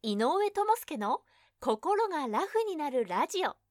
井上智介の心がラフになるラジオ。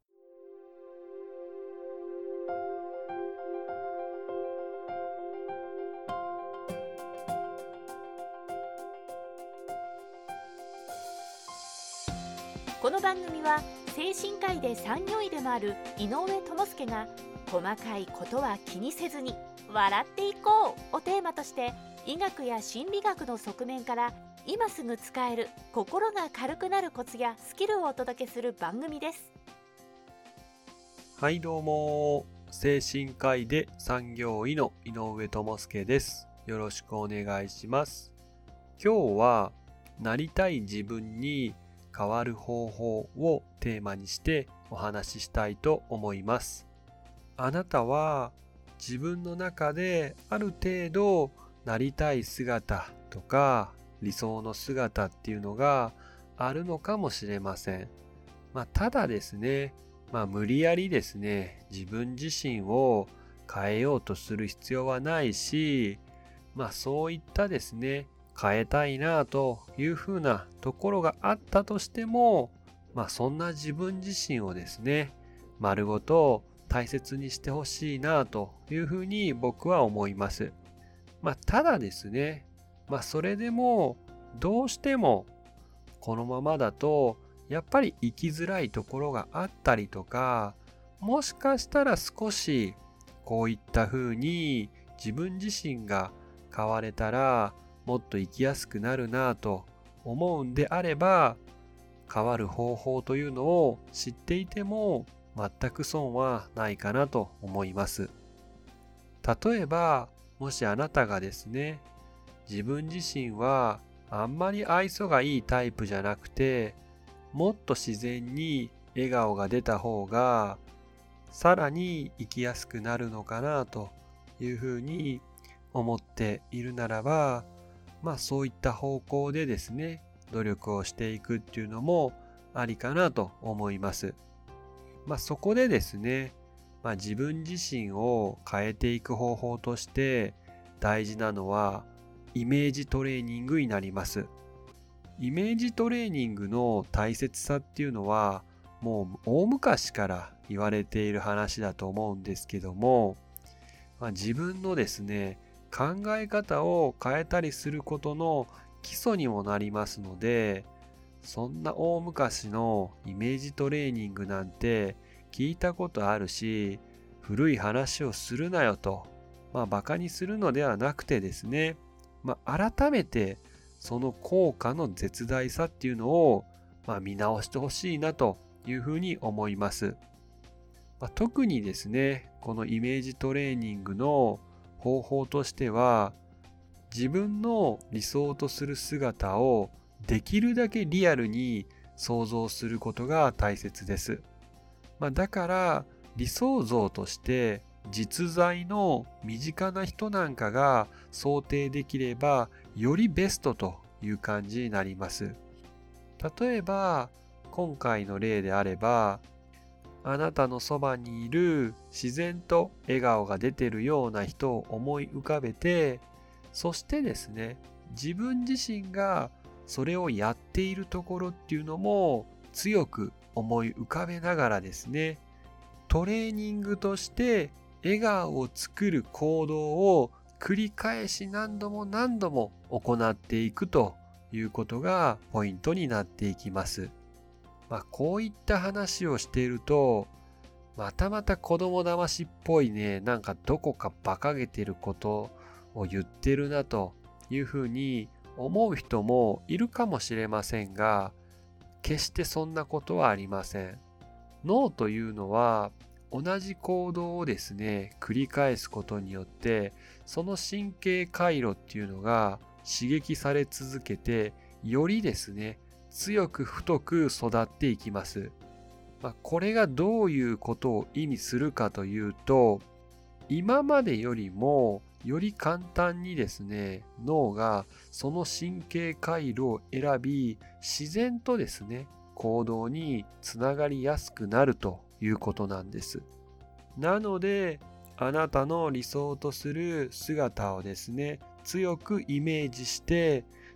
この番組は精神科医で産業医でもある井上智介が細かいことは気にせずに笑っていこうをテーマとして、医学や心理学の側面から今すぐ使える心が軽くなるコツやスキルをお届けする番組です。 はいどうも、精神科医で産業医の井上智介です。よろしくお願いします。今日はなりたい自分に変わる方法をテーマにしてお話ししたいと思います。あなたは自分の中である程度なりたい姿とか理想の姿っていうのがあるのかもしれません。ただですね、無理やりですね、自分自身を変えようとする必要はないし、そういったですね、変えたいなというふうなところがあったとしても、そんな自分自身をですね、丸ごと大切にしてほしいなというふうに僕は思います。ただですね、それでもどうしてもこのままだとやっぱり生きづらいところがあったりとか、もしかしたら少しこういった風に自分自身が変われたらもっと生きやすくなるなぁと思うんであれば、変わる方法というのを知っていても全く損はないかなと思います。例えば、もしあなたがですね、自分自身はあんまり愛想がいいタイプじゃなくて、もっと自然に笑顔が出た方がさらに生きやすくなるのかなというふうに思っているならば、そういった方向でですね、努力をしていくっていうのもありかなと思います。そこでですね、自分自身を変えていく方法として大事なのはイメージトレーニングになります。イメージトレーニングの大切さっていうのはもう大昔から言われている話だと思うんですけども、自分のですね、考え方を変えたりすることの基礎にもなりますので、そんな大昔のイメージトレーニングなんて聞いたことあるし、古い話をするなよと、バカにするのではなくてですね、改めてその効果の絶大さっていうのを、見直してほしいなというふうに思います。特にですね、このイメージトレーニングの方法としては、自分の理想とする姿をできるだけリアルに想像することが大切です。だから理想像として実在の身近な人なんかが想定できればよりベストという感じになります。例えば今回の例であれば、あなたのそばにいる自然と笑顔が出ているような人を思い浮かべて、そしてですね、自分自身がそれをやっているところっていうのも強く思い浮かべながらですね、トレーニングとして笑顔を作る行動を繰り返し何度も何度も行っていくということがポイントになっていきます。こういった話をしていると、また子供騙しっぽいね、なんかどこか馬鹿げてることを言ってるなというふうに思う人もいるかもしれませんが、決してそんなことはありません。脳というのは同じ行動をですね、繰り返すことによって、その神経回路っていうのが刺激され続けて、よりですね、強く太く育っていきます。これがどういうことを意味するかというと、今までよりもより簡単にですね、脳がその神経回路を選び、自然とですね、行動につながりやすくなるということなんです。なので、あなたの理想とする姿をですね、強くイメージして、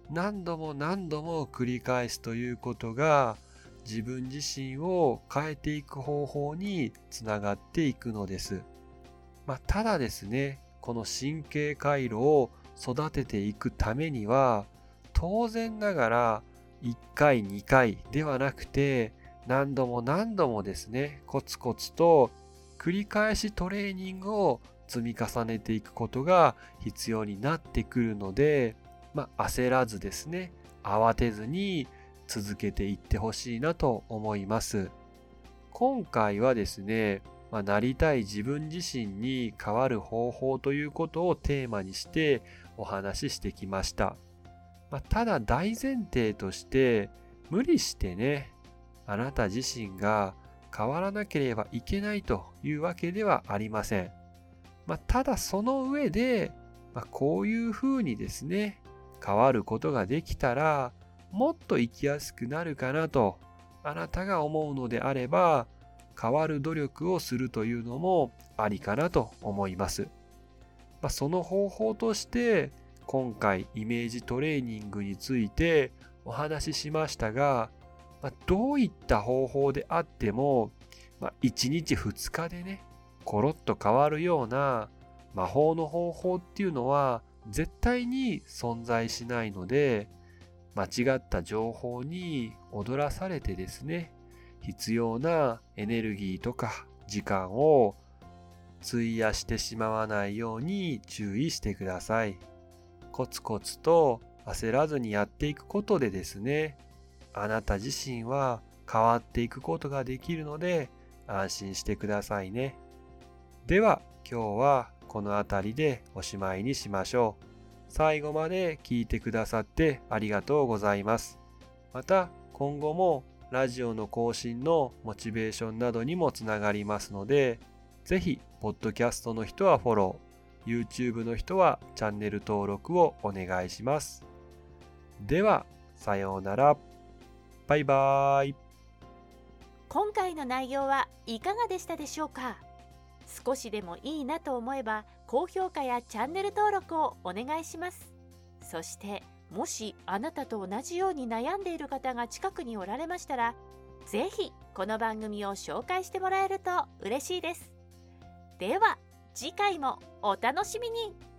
何度も何度も繰り返すということが自分自身を変えていく方法につながっていくのです。ただですね、この神経回路を育てていくためには、当然ながら1回2回ではなくて、何度も何度もですね、コツコツと繰り返しトレーニングを積み重ねていくことが必要になってくるので、焦らずですね、慌てずに続けていってほしいなと思います。今回はですね、なりたい自分自身に変わる方法ということをテーマにしてお話ししてきました。ただ大前提として、無理してね、あなた自身が変わらなければいけないというわけではありません。ただその上で、こういうふうにですね、変わることができたら、もっと生きやすくなるかなと、あなたが思うのであれば、変わる努力をするというのもありかなと思います。その方法として、今回イメージトレーニングについてお話ししましたが、どういった方法であっても、1日2日でね、コロッと変わるような魔法の方法っていうのは絶対に存在しないので、間違った情報に踊らされてですね、必要なエネルギーとか時間を費やしてしまわないように注意してください。コツコツと焦らずにやっていくことでですね、あなた自身は変わっていくことができるので安心してくださいね。では今日はこの辺りでおしまいにしましょう。最後まで聞いてくださってありがとうございます。また今後もラジオの更新のモチベーションなどにもつながりますので、ぜひポッドキャストの人はフォロー、YouTube の人はチャンネル登録をお願いします。ではさようなら。バイバーイ。 今回の内容はいかがでしたでしょうか。少しでもいいなと思えば高評価やチャンネル登録をお願いします。そしてもしあなたと同じように悩んでいる方が近くにおられましたら、ぜひこの番組を紹介してもらえると嬉しいです。では次回もお楽しみに。